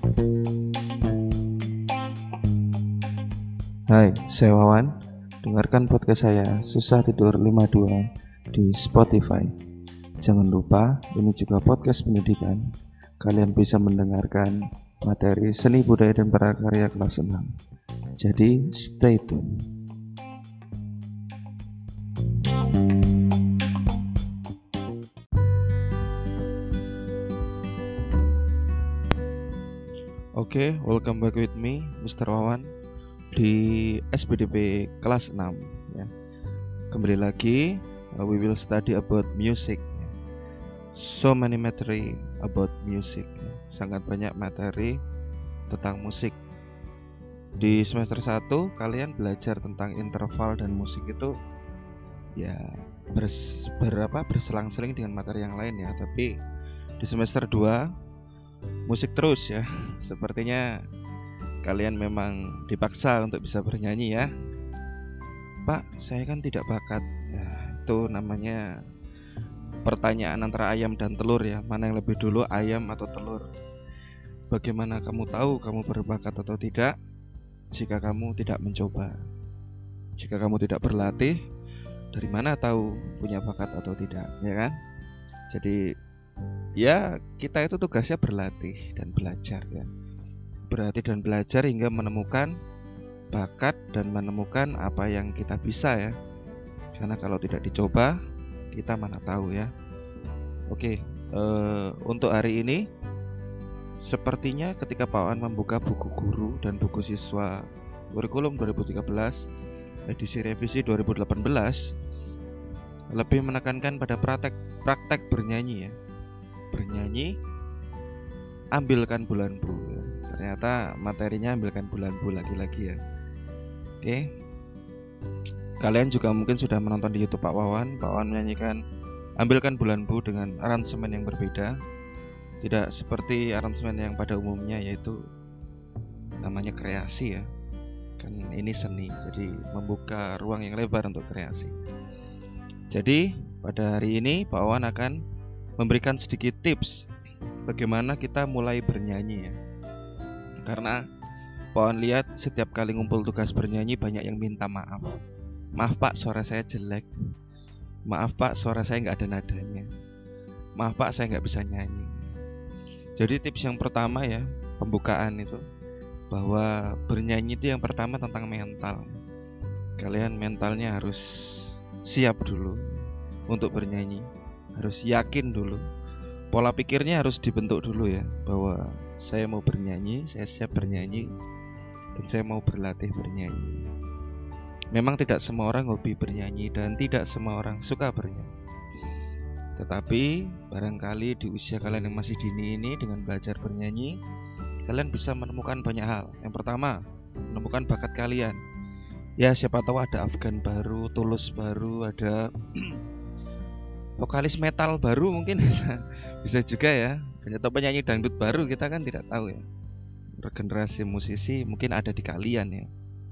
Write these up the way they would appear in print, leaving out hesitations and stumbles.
Hai, saya Wawan. Dengarkan podcast saya Susah Tidur 52 di Spotify. Jangan lupa, ini juga podcast pendidikan. Kalian bisa mendengarkan materi seni budaya dan prakarya kelas 6. Jadi, stay tune. Oke, welcome back with me, Mr. Wawan, di SBDP kelas 6 ya. Kembali lagi, we will study about music. So many materi about music. Sangat banyak materi tentang musik. Di semester 1 kalian belajar tentang interval dan musik itu ya berselang-seling dengan materi yang lain ya. Tapi di semester 2 musik terus ya. Sepertinya kalian memang dipaksa untuk bisa bernyanyi ya. Pak, saya kan tidak bakat. Ya, itu namanya pertanyaan antara ayam dan telur ya. Mana yang lebih dulu, ayam atau telur? Bagaimana kamu tahu kamu berbakat atau tidak jika kamu tidak mencoba? Jika kamu tidak berlatih, dari mana tahu punya bakat atau tidak, ya kan? Jadi ya kita itu tugasnya berlatih dan belajar ya. Berlatih dan belajar hingga menemukan bakat dan menemukan apa yang kita bisa ya. Karena kalau tidak dicoba, kita mana tahu ya. Oke, untuk hari ini sepertinya ketika Pak Wan membuka buku guru dan buku siswa kurikulum 2013 edisi revisi 2018 lebih menekankan pada praktek bernyanyi ya. Bernyanyi, ambilkan bulan bu ya. Ternyata materinya ambilkan bulan bu lagi-lagi ya. Oke. Kalian juga mungkin sudah menonton di YouTube Pak Wawan menyanyikan ambilkan bulan bu dengan aransemen yang berbeda. Tidak seperti aransemen yang pada umumnya, yaitu namanya kreasi ya. Kan ini seni, jadi membuka ruang yang lebar untuk kreasi. Jadi pada hari ini Pak Wawan akan memberikan sedikit tips bagaimana kita mulai bernyanyi ya. Karena Pak Wawan lihat setiap kali ngumpul tugas bernyanyi banyak yang minta maaf. Maaf Pak, suara saya jelek. Maaf Pak, suara saya nggak ada nadanya. Maaf Pak, saya nggak bisa nyanyi. Jadi tips yang pertama ya, pembukaan itu, bahwa bernyanyi itu yang pertama tentang mental. Kalian mentalnya harus siap dulu untuk bernyanyi. Harus yakin dulu. Pola pikirnya harus dibentuk dulu ya, bahwa saya mau bernyanyi, saya siap bernyanyi, dan saya mau berlatih bernyanyi. Memang tidak semua orang hobi bernyanyi dan tidak semua orang suka bernyanyi. Tetapi barangkali di usia kalian yang masih dini ini, dengan belajar bernyanyi, kalian bisa menemukan banyak hal. Yang pertama, menemukan bakat kalian. Ya siapa tahu ada Afgan baru, Tulus baru, ada vokalis metal baru mungkin bisa juga ya. Atau penyanyi dangdut baru, kita kan tidak tahu ya. Regenerasi musisi mungkin ada di kalian ya.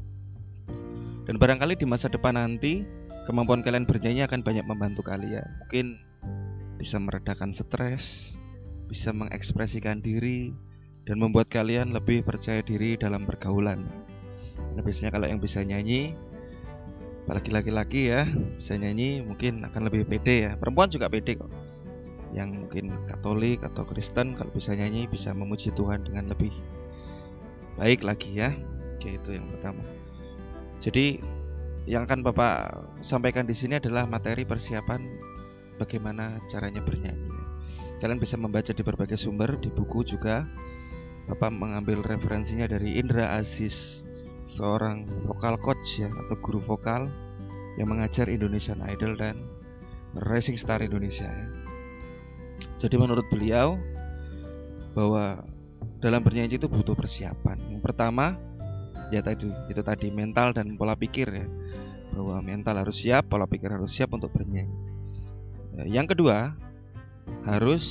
Dan barangkali di masa depan nanti kemampuan kalian bernyanyi akan banyak membantu kalian. Mungkin bisa meredakan stres, bisa mengekspresikan diri, dan membuat kalian lebih percaya diri dalam pergaulan. Nah, biasanya kalau yang bisa nyanyi, apalagi laki-laki ya, bisa nyanyi mungkin akan lebih pede ya. Perempuan juga pede kok. Yang mungkin Katolik atau Kristen kalau bisa nyanyi bisa memuji Tuhan dengan lebih baik lagi ya. Oke, itu yang pertama. Jadi yang akan Bapak sampaikan di sini adalah materi persiapan bagaimana caranya bernyanyi. Kalian bisa membaca di berbagai sumber, di buku juga. Bapak mengambil referensinya dari Indra Aziz, seorang vokal coach ya, atau guru vokal yang mengajar Indonesian Idol dan Rising Star Indonesia ya. Jadi menurut beliau bahwa dalam bernyanyi itu butuh persiapan. Yang pertama ya itu tadi mental dan pola pikir ya. Bahwa mental harus siap, pola pikir harus siap untuk bernyanyi. Yang kedua, harus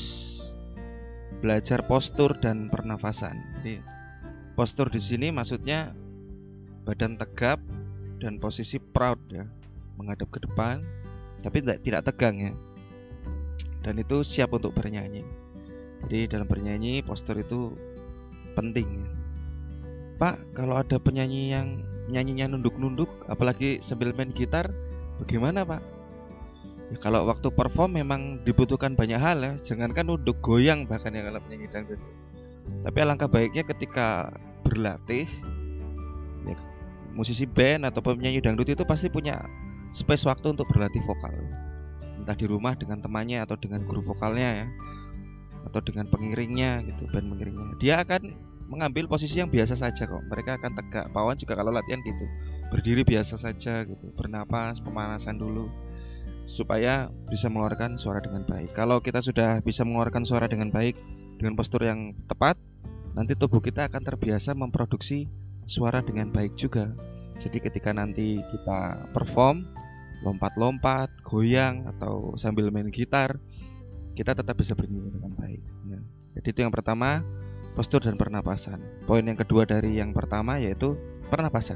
belajar postur dan pernafasan. Jadi postur di sini maksudnya badan tegap dan posisi proud ya, menghadap ke depan tapi tidak tegang ya. Dan itu siap untuk bernyanyi. Jadi dalam bernyanyi postur itu penting ya. Pak, kalau ada penyanyi yang nyanyinya nunduk-nunduk apalagi sambil main gitar, bagaimana Pak? Ya, kalau waktu perform memang dibutuhkan banyak hal ya, jangankan nunduk, goyang bahkan ya kalau penyanyi dangdut. Tapi alangkah baiknya ketika berlatih ya, musisi band atau penyanyi dangdut itu pasti punya space waktu untuk berlatih vokal, entah di rumah dengan temannya atau dengan guru vokalnya ya, atau dengan pengiringnya gitu, band pengiringnya. Dia akan mengambil posisi yang biasa saja kok. Mereka akan tegak. Pawan juga kalau latihan gitu, berdiri biasa saja gitu, bernapas, pemanasan dulu supaya bisa mengeluarkan suara dengan baik. Kalau kita sudah bisa mengeluarkan suara dengan baik dengan postur yang tepat, nanti tubuh kita akan terbiasa memproduksi suara dengan baik juga. Jadi ketika nanti kita perform, lompat-lompat, goyang atau sambil main gitar, kita tetap bisa bernyanyi dengan baik ya. Jadi itu yang pertama, postur dan pernapasan. Poin yang kedua dari yang pertama yaitu pernapasan.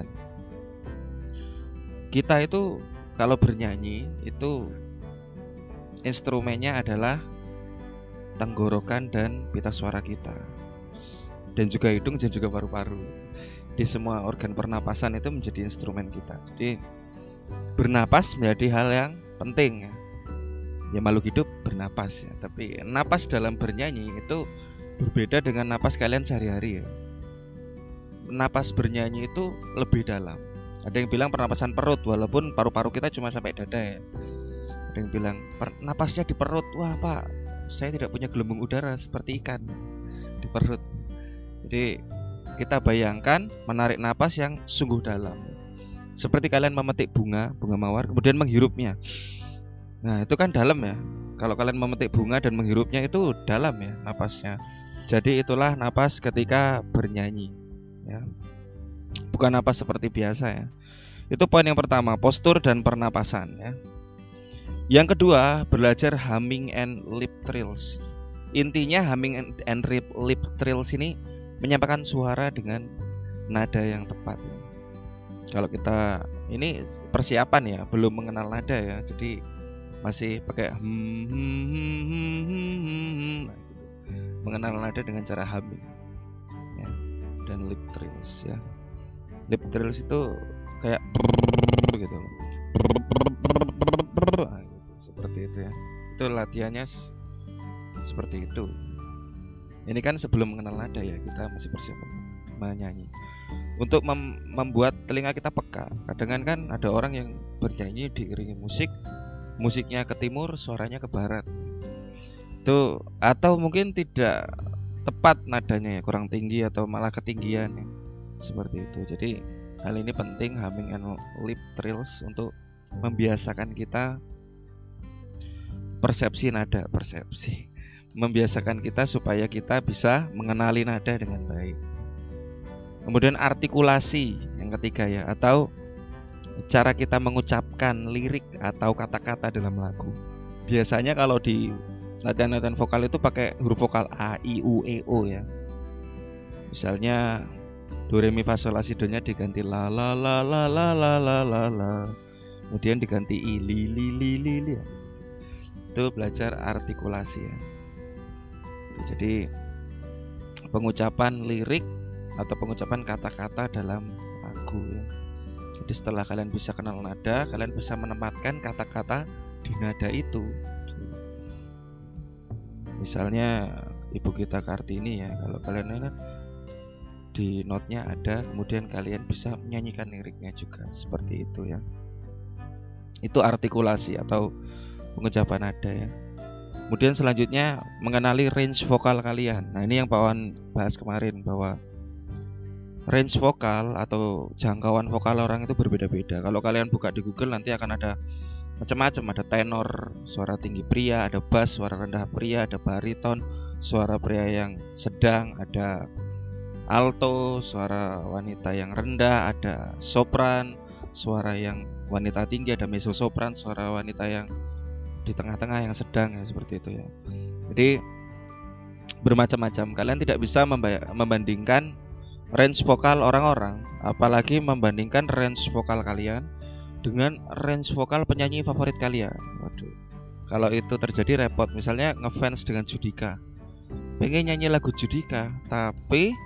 Kita itu kalau bernyanyi itu instrumennya adalah tenggorokan dan pita suara kita, dan juga hidung dan juga paru-paru. Di semua organ pernapasan itu menjadi instrumen kita. Jadi bernapas menjadi hal yang penting ya. Ya makhluk hidup bernapas ya, tapi napas dalam bernyanyi itu berbeda dengan napas kalian sehari-hari ya. Napas bernyanyi itu lebih dalam. Ada yang bilang pernapasan perut, walaupun paru-paru kita cuma sampai dada ya. Ada yang bilang napasnya di perut. Wah Pak, saya tidak punya gelembung udara seperti ikan di perut. Jadi kita bayangkan menarik napas yang sungguh dalam, seperti kalian memetik bunga mawar kemudian menghirupnya. Nah itu kan dalam ya. Kalau kalian memetik bunga dan menghirupnya itu dalam ya napasnya. Jadi itulah napas ketika bernyanyi ya. Bukan napas seperti biasa ya. Itu poin yang pertama, postur dan pernapasan ya. Yang kedua, belajar humming and lip trills. Intinya humming and lip trills ini menyampaikan suara dengan nada yang tepat ya. Kalau kita ini persiapan ya, belum mengenal nada ya. Jadi masih pakai nah, gitu. Mengenal nada dengan cara humming ya. Dan lip trills ya. Lip trills itu kayak gitu loh. Nah, gitu. Seperti itu ya. Itu latihannya seperti itu. Ini kan sebelum mengenal nada ya, kita masih persiapan menyanyi. Untuk membuat telinga kita peka. Kadang kan ada orang yang bernyanyi diiringi musik, musiknya ke timur, suaranya ke barat. Itu atau mungkin tidak tepat nadanya ya, kurang tinggi atau malah ketinggian ya. Seperti itu. Jadi hal ini penting, humming and lip trills, untuk membiasakan kita persepsi nada, membiasakan kita supaya kita bisa mengenali nada dengan baik. Kemudian artikulasi yang ketiga ya, atau cara kita mengucapkan lirik atau kata-kata dalam lagu. Biasanya kalau di latihan-latihan vokal itu pakai huruf vokal A, I, U, E, O ya. Misalnya do re mi fa sol la si do nya diganti la la la la la la la la la, kemudian diganti i li li li li li. Itu belajar artikulasi ya. Jadi pengucapan lirik atau pengucapan kata-kata dalam lagu ya. Jadi setelah kalian bisa kenal nada, kalian bisa menempatkan kata-kata di nada itu. Misalnya Ibu Gita Kartini ya, kalau kalian lihat di notnya ada, kemudian kalian bisa menyanyikan liriknya juga seperti itu ya. Itu artikulasi atau pengucapan nada ya. Kemudian selanjutnya mengenali range vokal kalian. Nah ini yang Pak Wan bahas kemarin, bahwa range vokal atau jangkauan vokal orang itu berbeda-beda. Kalau kalian buka di Google nanti akan ada macam-macam, ada tenor, suara tinggi pria, ada bass, suara rendah pria, ada bariton, suara pria yang sedang, ada alto, suara wanita yang rendah, ada sopran, suara yang wanita tinggi, ada mezzo sopran, suara wanita yang di tengah-tengah yang sedang ya, seperti itu ya. Jadi bermacam-macam. Kalian tidak bisa membandingkan range vokal orang-orang, apalagi membandingkan range vokal kalian dengan range vokal penyanyi favorit kalian. Waduh. Kalau itu terjadi repot. Misalnya ngefans dengan Judika, pengen nyanyi lagu Judika, tapi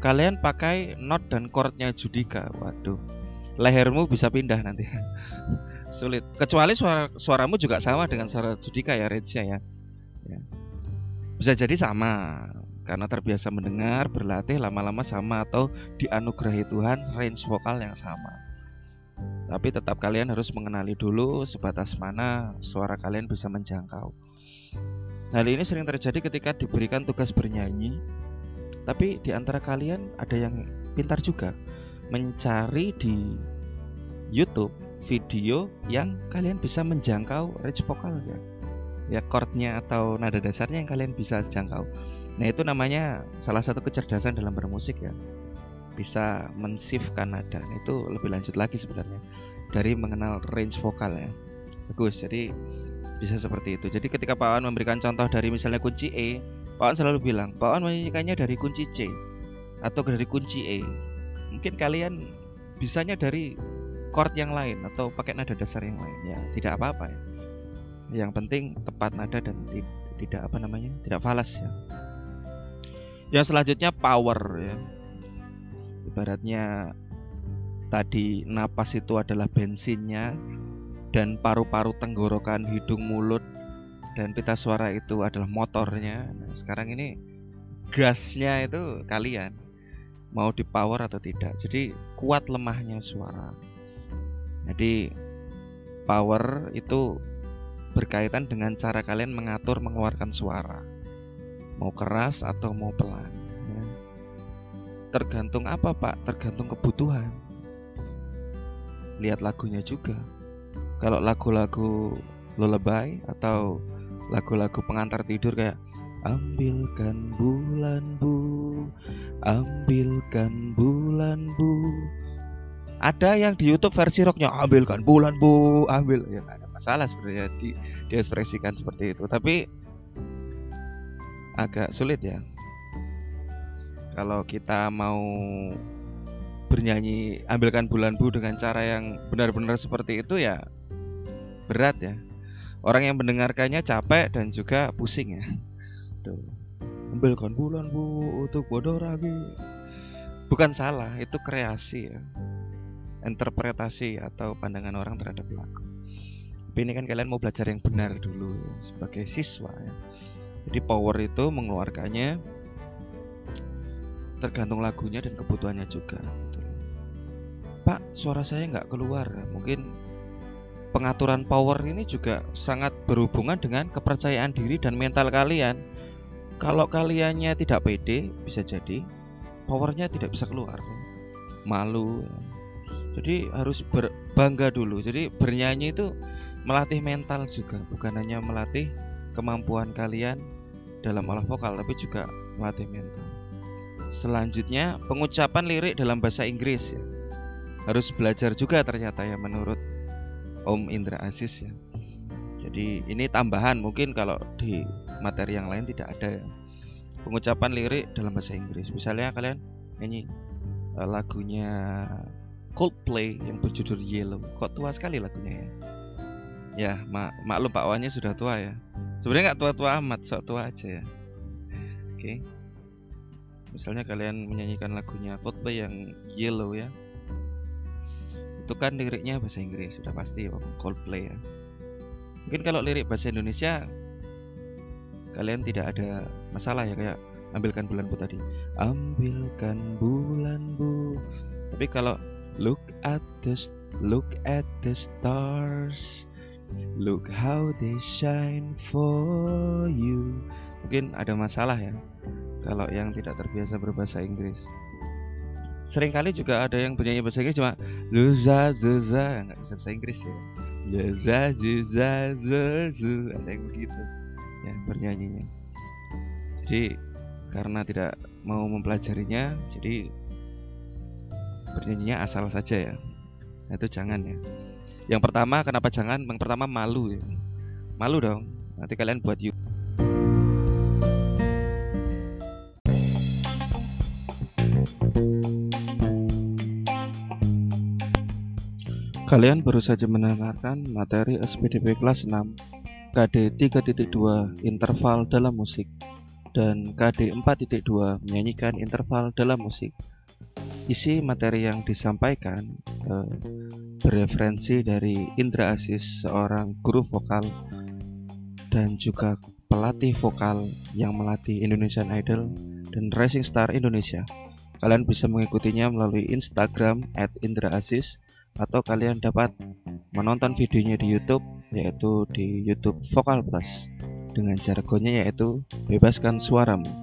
kalian pakai not dan chordnya Judika, waduh, lehermu bisa pindah nanti. Sulit. Kecuali suaramu juga sama dengan suara Judika ya, range-nya ya. Ya. Bisa jadi sama karena terbiasa mendengar, berlatih, lama-lama sama, atau dianugerahi Tuhan range vokal yang sama. Tapi tetap kalian harus mengenali dulu sebatas mana suara kalian bisa menjangkau. Hal ini sering terjadi ketika diberikan tugas bernyanyi, tapi di antara kalian ada yang pintar juga mencari di YouTube video yang kalian bisa menjangkau range vokal ya chordnya atau nada dasarnya yang kalian bisa jangkau. Nah, itu namanya salah satu kecerdasan dalam bermusik ya, bisa menshiftkan nada. Itu lebih lanjut lagi sebenarnya dari mengenal range vokal ya. Bagus, jadi bisa seperti itu. Jadi ketika Pak Wan memberikan contoh dari misalnya kunci E, Pak Wan selalu bilang Pak Wan menyanyikannya dari kunci C atau dari kunci E. Mungkin kalian bisanya dari chord yang lain atau pakai nada dasar yang lain ya, tidak apa-apa ya. Yang penting tepat nada dan tidak tidak falas ya. Yang selanjutnya power ya. Ibaratnya tadi napas itu adalah bensinnya dan paru-paru, tenggorokan, hidung, mulut dan pita suara itu adalah motornya. Nah, sekarang ini gasnya itu kalian mau di power atau tidak. Jadi kuat lemahnya suara. Jadi power itu berkaitan dengan cara kalian mengatur mengeluarkan suara, mau keras atau mau pelan ya. Tergantung apa Pak? Tergantung kebutuhan. Lihat lagunya juga. Kalau lagu-lagu lullaby atau lagu-lagu pengantar tidur kayak ambilkan bulan bu, ambilkan bulan bu, ada yang di YouTube versi rocknya ambilkan bulan bu, ambil ya, nggak ada masalah sebenarnya diekspresikan seperti itu, tapi agak sulit ya kalau kita mau bernyanyi ambilkan bulan bu dengan cara yang benar-benar seperti itu ya, berat ya. Orang yang mendengarkannya capek dan juga pusing ya. Tuh, ambilkan bulan bu untuk bodoh lagi. Bukan salah, itu kreasi ya, interpretasi atau pandangan orang terhadap lagu. Tapi ini kan kalian mau belajar yang benar dulu ya, sebagai siswa ya. Jadi power itu mengeluarkannya tergantung lagunya dan kebutuhannya juga. Pak, suara saya nggak keluar. Mungkin pengaturan power ini juga sangat berhubungan dengan kepercayaan diri dan mental kalian. Kalau kaliannya tidak pede, bisa jadi powernya tidak bisa keluar, malu. Jadi harus berbangga dulu. Jadi bernyanyi itu melatih mental juga, bukan hanya melatih kemampuan kalian dalam olah vokal, tapi juga melatih mental. Selanjutnya pengucapan lirik dalam bahasa Inggris ya, harus belajar juga ternyata ya menurut Om Indra Aziz ya. Jadi ini tambahan, mungkin kalau di materi yang lain tidak ada ya. Pengucapan lirik dalam bahasa Inggris. Misalnya kalian nyanyi lagunya Coldplay yang berjudul Yellow. Kok tua sekali lagunya ya. Ya maklum Pak Wannya sudah tua ya. Sebenarnya nggak tua-tua amat, sok tua aja ya. Oke. Misalnya kalian menyanyikan lagunya Coldplay yang Yellow ya, itu kan liriknya bahasa Inggris, sudah pasti Coldplay ya. Mungkin kalau lirik bahasa Indonesia kalian tidak ada masalah ya, kayak ambilkan bulan bu tadi, ambilkan bulan bu. Tapi kalau look at the stars, look how they shine for you, mungkin ada masalah ya kalau yang tidak terbiasa berbahasa Inggris. Seringkali juga ada yang bernyanyi bahasa Inggris cuma luza zuza, nggak bisa bahasa Inggris ya. Luza zuza zuzu, ada yang begitu ya bernyanyinya. Jadi karena tidak mau mempelajarinya, jadi bernyanyinya asal saja ya. Nah, itu jangan ya. Yang pertama, kenapa jangan? Yang pertama malu ya. Malu dong. Nanti kalian buat YouTube. Kalian baru saja mendengarkan materi SPDP kelas 6 KD 3.2 interval dalam musik. dan KD 4.2 menyanyikan interval dalam musik. Isi materi yang disampaikan bereferensi dari Indra Aziz, seorang guru vokal dan juga pelatih vokal yang melatih Indonesian Idol dan Rising Star Indonesia. Kalian bisa mengikutinya melalui Instagram @indraaziz atau kalian dapat menonton videonya di YouTube, yaitu di YouTube Vokal Plus dengan jargonnya yaitu bebaskan suaramu.